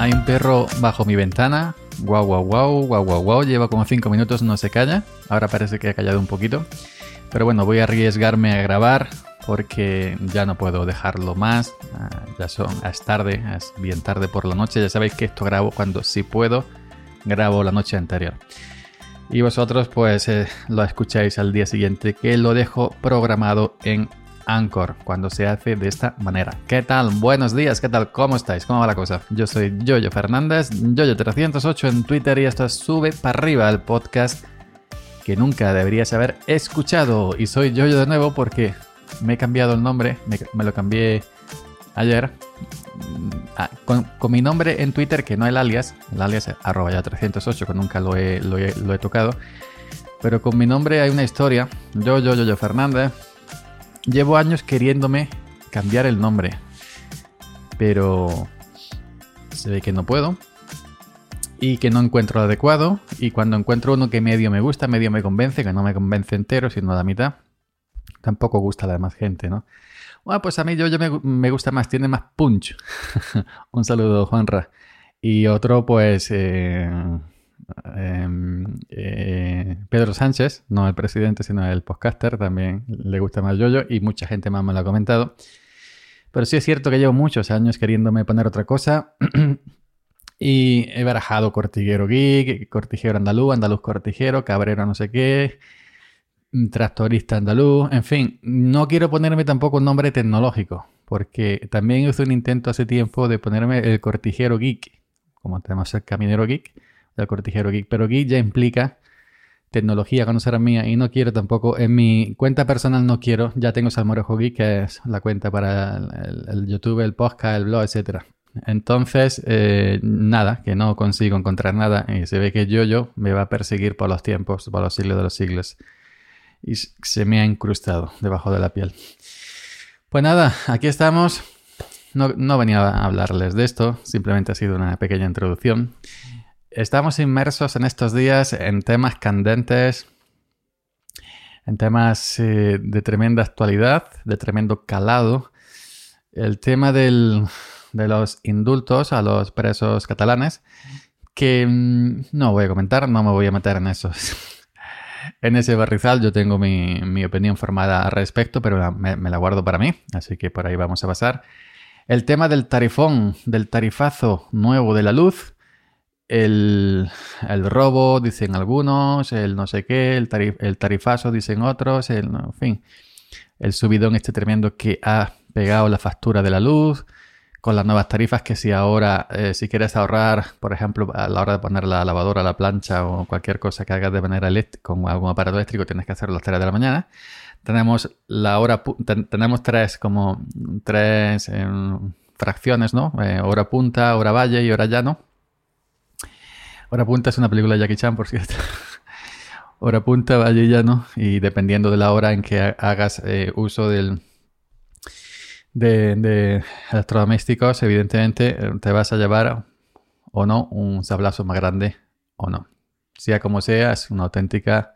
Hay un perro bajo mi ventana. Guau, guau, guau, guau, guau, guau. Lleva como 5 minutos, no se calla. Ahora parece que ha callado un poquito. Pero bueno, voy a arriesgarme a grabar porque ya no puedo dejarlo más. Es tarde, es bien tarde por la noche. Ya sabéis que esto grabo cuando sí puedo. Grabo la noche anterior. Y vosotros pues lo escucháis al día siguiente, que lo dejo programado en Anchor, cuando se hace de esta manera. ¿Qué tal? Buenos días, ¿qué tal? ¿Cómo estáis? ¿Cómo va la cosa? Yo soy Yoyo Fernández, Yoyo308 en Twitter, y esto es Sube para Arriba, el podcast que nunca deberías haber escuchado. Y soy Yoyo de nuevo porque me he cambiado el nombre, me lo cambié ayer. Con mi nombre en Twitter, que no el alias es @ya308, que nunca lo he tocado. Pero con mi nombre hay una historia. Yoyo Fernández. Llevo años queriéndome cambiar el nombre, pero se ve que no puedo y que no encuentro lo adecuado. Y cuando encuentro uno que medio me gusta, medio me convence, que no me convence entero, sino a la mitad, tampoco gusta a la demás gente, ¿no? Bueno, pues a mí yo me gusta más, tiene más punch. Un saludo, Juanra. Y otro, pues, Pedro Sánchez, no el presidente, sino el podcaster, también le gusta más Yoyo y mucha gente más me lo ha comentado. Pero sí es cierto que llevo muchos años queriéndome poner otra cosa. Y he barajado Cortijero Geek, Cortijero Andaluz, Andaluz Cortijero, Cabrero no sé qué, Tractorista Andaluz, en fin. No quiero ponerme tampoco un nombre tecnológico, porque también hice un intento hace tiempo de ponerme el Cortijero Geek, como tenemos el Caminero Geek, el Cortijero Geek, pero Geek ya implica tecnología, conocer a mía, y no quiero tampoco, en mi cuenta personal no quiero, ya tengo Salmorejo Geek, que es la cuenta para el YouTube, el podcast, el blog, etcétera. Entonces, nada, que no consigo encontrar nada, y se ve que Yoyo me va a perseguir por los tiempos, por los siglos de los siglos, y se me ha incrustado debajo de la piel. Pues nada, aquí estamos. No venía a hablarles de esto, simplemente ha sido una pequeña introducción. Estamos inmersos en estos días en temas candentes, en temas de tremenda actualidad, de tremendo calado. El tema de los indultos a los presos catalanes, que no voy a comentar, no me voy a meter en eso. En ese barrizal yo tengo mi opinión formada al respecto, pero me la guardo para mí, así que por ahí vamos a pasar. El tema del tarifón, del tarifazo nuevo de la luz. El robo, dicen algunos, el no sé qué, el tarifazo, dicen otros, en fin, el subidón este tremendo que ha pegado la factura de la luz, con las nuevas tarifas, que si ahora, si quieres ahorrar, por ejemplo, a la hora de poner la lavadora, la plancha o cualquier cosa que hagas de manera eléctrica, con algún aparato eléctrico, tienes que hacerlo a las 3 de la mañana. Tenemos tenemos tres fracciones, ¿no? Hora punta, hora valle y hora llano. Hora punta es una película de Jackie Chan, por cierto. Hora punta, valle y llano. Y dependiendo de la hora en que hagas uso de electrodomésticos, evidentemente te vas a llevar o no un sablazo más grande o no. Sea como sea, es una auténtica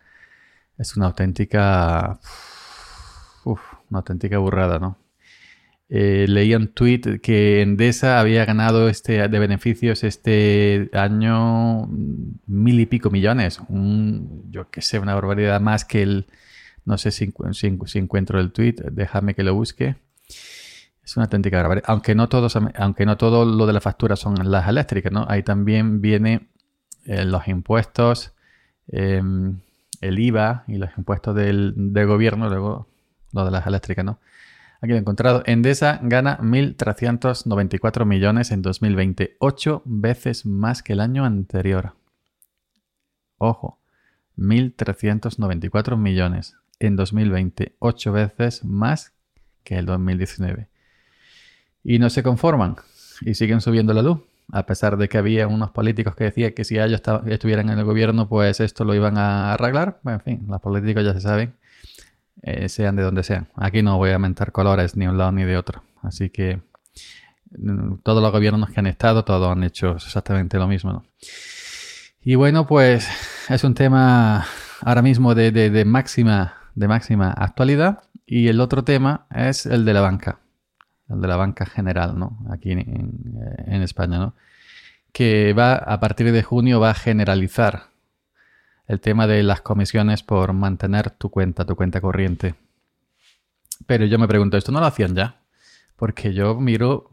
burrada, ¿no? Leía un tweet que Endesa había ganado de beneficios este año 1.000 y pico millones. Yo qué sé, una barbaridad más que no sé si encuentro el tweet, déjame que lo busque. Es una auténtica barbaridad. Aunque no todo lo de la factura son las eléctricas, ¿no? Ahí también viene los impuestos, el IVA y los impuestos del gobierno, luego lo de las eléctricas, ¿no? Aquí lo he encontrado. Endesa gana 1.394 millones en 2020. 8 veces más que el año anterior. Ojo. 1.394 millones en 2020. 8 veces más que el 2019. Y no se conforman. Y siguen subiendo la luz. A pesar de que había unos políticos que decían que si ellos estuvieran en el gobierno, pues esto lo iban a arreglar. Bueno, en fin, los políticos ya se saben. Sean de donde sean. Aquí no voy a mentar colores ni de un lado ni de otro. Así que todos los gobiernos que han estado, todos han hecho exactamente lo mismo, ¿no? Y bueno, pues es un tema ahora mismo de máxima actualidad. Y el otro tema es el de la banca. El de la banca general, ¿no? Aquí en España, ¿no? que va, a partir de junio, va a generalizar el tema de las comisiones por mantener tu cuenta corriente. Pero yo me pregunto, ¿esto no lo hacían ya? Porque yo miro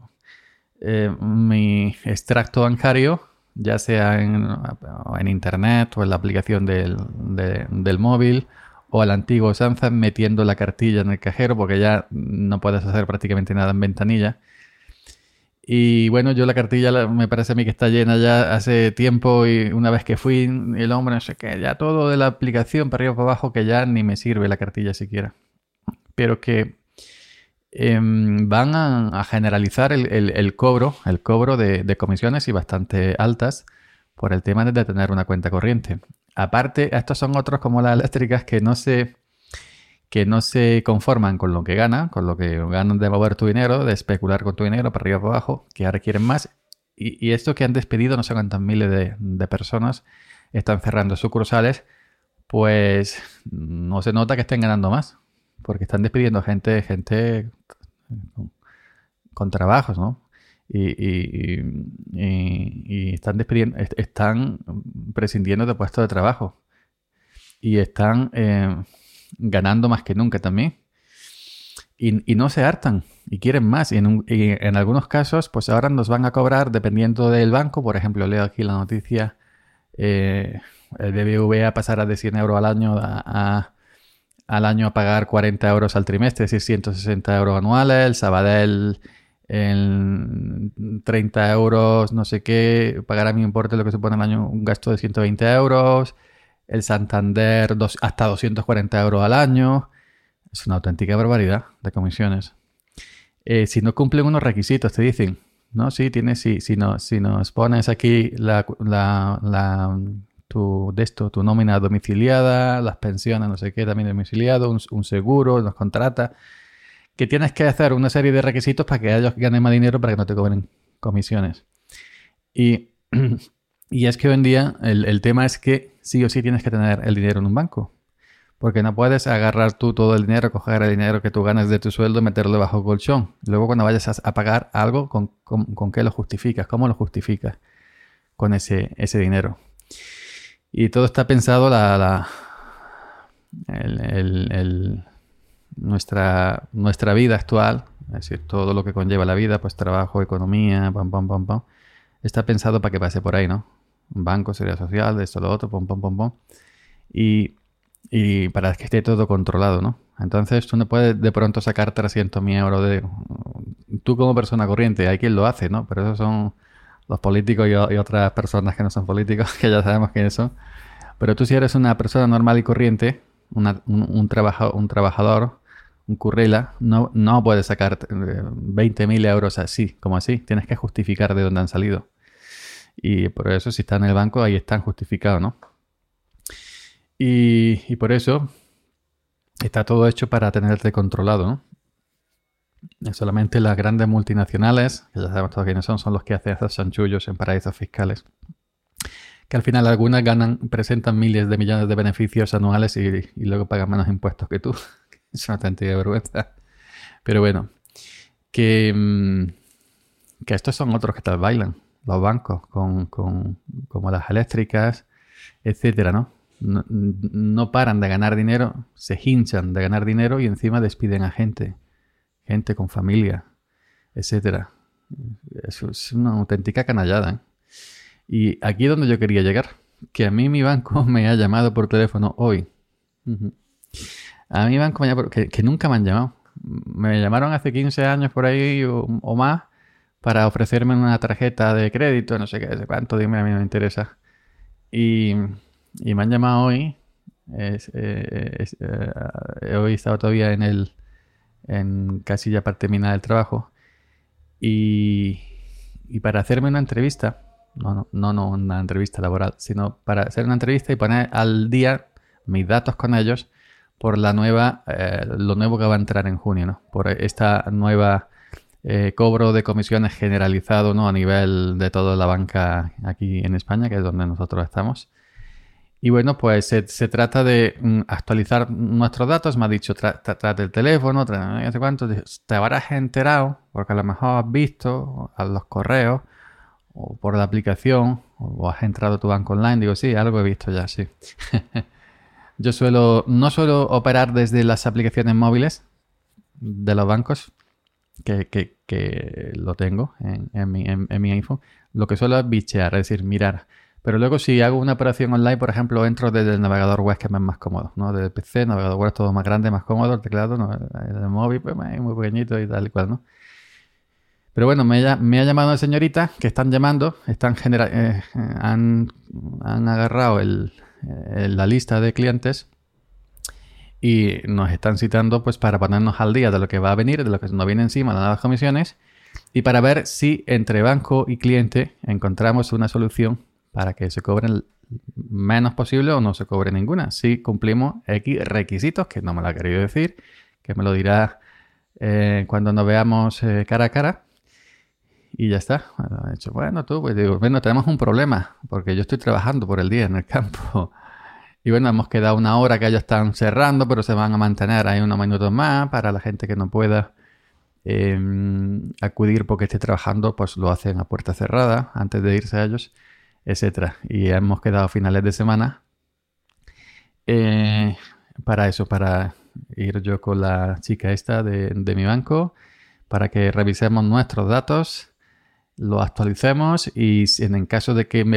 mi extracto bancario, ya sea en internet o en la aplicación del móvil, o a la antigua usanza metiendo la cartilla en el cajero, porque ya no puedes hacer prácticamente nada en ventanilla. Y bueno, yo la cartilla me parece a mí que está llena ya hace tiempo, y una vez que fui, el hombre no sé qué, ya todo de la aplicación para arriba para abajo, que ya ni me sirve la cartilla siquiera. Pero que van a generalizar el cobro de comisiones, y bastante altas, por el tema de tener una cuenta corriente. Aparte, estos son otros como las eléctricas que no se conforman con lo que ganan de mover tu dinero, de especular con tu dinero para arriba para abajo, que ahora quieren más. Y esto que han despedido no sé cuántas miles de personas, están cerrando sucursales, pues no se nota que estén ganando más, porque están despidiendo gente con trabajos, ¿no? Y están están prescindiendo de puestos de trabajo, y están ganando más que nunca también. Y no se hartan y quieren más. Y en algunos casos, pues ahora nos van a cobrar dependiendo del banco. Por ejemplo, leo aquí la noticia, el BBVA pasará de 100 euros al año al año a pagar 40 euros al trimestre, es decir, 160 euros anuales. El Sabadell en 30 euros, no sé qué, pagará mi importe, lo que supone al año un gasto de 120 euros. El Santander hasta 240 euros al año. Es una auténtica barbaridad de comisiones. Si no cumplen unos requisitos, te dicen, ¿no? Sí, si nos pones aquí tu nómina domiciliada, las pensiones, no sé qué, también domiciliado, un seguro, nos contrata, que tienes que hacer una serie de requisitos para que ellos ganen más dinero, para que no te cobren comisiones. Y es que hoy en día el tema es que sí o sí tienes que tener el dinero en un banco. Porque no puedes agarrar tú todo el dinero, coger el dinero que tú ganas de tu sueldo y meterlo bajo el colchón. Luego cuando vayas a pagar algo, ¿con qué lo justificas? ¿Cómo lo justificas con ese dinero? Y todo está pensado, nuestra vida actual, es decir, todo lo que conlleva la vida, pues trabajo, economía, pam, pam, pam, pam. Está pensado para que pase por ahí, ¿no? Un banco, seguridad social, de esto, lo otro, pam, pam, pam, pam. Y para que esté todo controlado, ¿no? Entonces tú no puedes de pronto sacar 300.000 euros tú como persona corriente. Hay quien lo hace, ¿no? Pero esos son los políticos y otras personas que no son políticos, que ya sabemos quiénes son. Pero tú, si eres una persona normal y corriente, un trabajador, un currela, no puedes sacar 20.000 euros así, como así. Tienes que justificar de dónde han salido. Y por eso, si están en el banco, ahí están justificados, ¿no? Y por eso está todo hecho para tenerte controlado, ¿no? Solamente las grandes multinacionales, que ya sabemos todos quiénes son los que hacen esos chanchullos en paraísos fiscales. Que al final algunas presentan miles de millones de beneficios anuales y luego pagan menos impuestos que tú. Es una auténtica vergüenza. Pero bueno, que estos son otros que tal bailan, los bancos, como las eléctricas, etcétera, ¿no? No paran de ganar dinero, se hinchan de ganar dinero y encima despiden a gente con familia, etcétera. Eso es una auténtica canallada, ¿eh? Y aquí es donde yo quería llegar, que a mí mi banco me ha llamado por teléfono hoy. A mi banco me ha llamado, que nunca me han llamado. Me llamaron hace 15 años por ahí o más para ofrecerme una tarjeta de crédito, no sé qué, no sé cuánto, dime, a mí no me interesa. Y me han llamado hoy. Hoy estaba todavía en casi ya para terminar el trabajo. Y para hacerme una entrevista, no una entrevista laboral, sino para hacer una entrevista y poner al día mis datos con ellos por lo nuevo que va a entrar en junio, ¿no? Por esta nueva cobro de comisiones generalizado, ¿no? A nivel de toda la banca aquí en España, que es donde nosotros estamos. Y bueno, pues se trata de actualizar nuestros datos. Me ha dicho, trate el teléfono, no sé cuánto. Te habrás enterado, porque a lo mejor has visto a los correos o por la aplicación, o has entrado a tu banco online. Digo, sí, algo he visto ya, sí. Yo no suelo operar desde las aplicaciones móviles de los bancos, que lo tengo en mi iPhone. Lo que suelo es bichear, es decir, mirar. Pero luego si hago una operación online, por ejemplo, entro desde el navegador web, que me es más cómodo, ¿no? Desde el PC, el navegador web es todo más grande, más cómodo, el teclado, ¿no? El móvil pues, es muy pequeñito y tal y cual, ¿no? Pero bueno, me ha llamado una señorita que están llamando, han agarrado la lista de clientes y nos están citando pues para ponernos al día de lo que va a venir, de lo que nos viene encima, de las nuevas comisiones, y para ver si entre banco y cliente encontramos una solución para que se cobren menos posible o no se cobre ninguna. Si cumplimos X requisitos, que no me lo ha querido decir, que me lo dirá cuando nos veamos cara a cara. Y ya está. Bueno, he dicho, bueno, tú, pues digo, bueno, tenemos un problema, porque yo estoy trabajando por el día en el campo. Y bueno, hemos quedado una hora que ellos están cerrando, pero se van a mantener ahí unos minutos más para la gente que no pueda acudir porque esté trabajando, pues lo hacen a puerta cerrada antes de irse a ellos, etcétera. Y hemos quedado a finales de semana para eso, para ir yo con la chica esta de mi banco, para que revisemos nuestros datos, lo actualicemos y si en el caso de que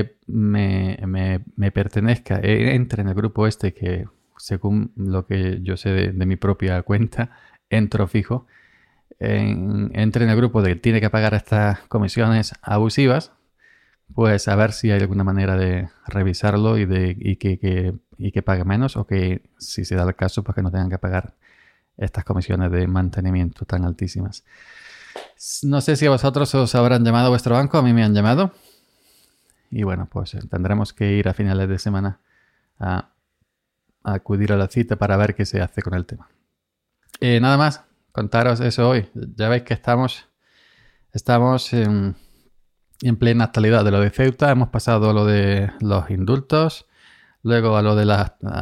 me pertenezca, entre en el grupo este que según lo que yo sé de mi propia cuenta, entro fijo, entre en el grupo de que tiene que pagar estas comisiones abusivas, pues a ver si hay alguna manera de revisarlo y que pague menos, o que si se da el caso, pues que no tengan que pagar estas comisiones de mantenimiento tan altísimas. No sé si a vosotros os habrán llamado a vuestro banco, a mí me han llamado. Y bueno, pues tendremos que ir a finales de semana a acudir a la cita para ver qué se hace con el tema. Nada más, contaros eso hoy. Ya veis que estamos en plena actualidad de lo de Ceuta. Hemos pasado a lo de los indultos, luego a lo de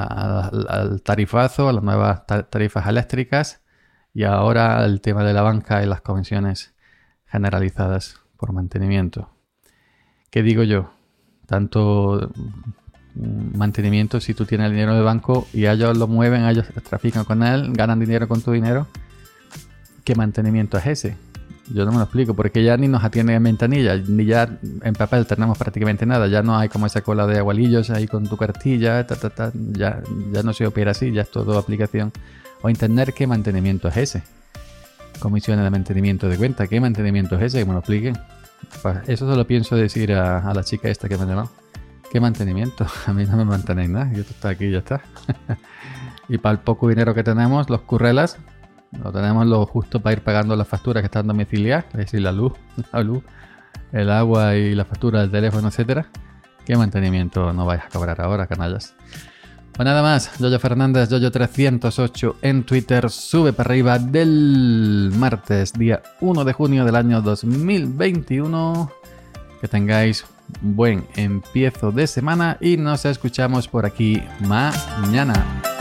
al tarifazo, a las nuevas tarifas eléctricas, y ahora el tema de la banca y las comisiones generalizadas por mantenimiento. ¿Qué digo yo? Tanto mantenimiento, si tú tienes el dinero del banco y ellos lo mueven, ellos trafican con él, ganan dinero con tu dinero, ¿qué mantenimiento es ese? Yo no me lo explico, porque ya ni nos atienden en ventanilla, ni ya en papel tenemos prácticamente nada. Ya no hay como esa cola de agualillos ahí con tu cartilla, ya no se opera así, ya es todo aplicación o internet. ¿Qué mantenimiento es ese? Comisiones de mantenimiento de cuenta, ¿qué mantenimiento es ese? Que me lo expliquen. Pues eso se lo pienso decir a la chica esta que me ha llamado. ¿Qué mantenimiento? A mí no me mantenéis nada, yo estoy aquí y ya está. Y para el poco dinero que tenemos, los currelas, lo tenemos lo justo para ir pagando las facturas que están domiciliadas, es decir, la luz, el agua y la factura del teléfono, etcétera. ¿Qué mantenimiento no vais a cobrar ahora, canallas? Pues nada más, Yoyo Fernández, Yoyo308 en Twitter, sube para arriba del martes, día 1 de junio del año 2021. Que tengáis buen empiezo de semana y nos escuchamos por aquí mañana.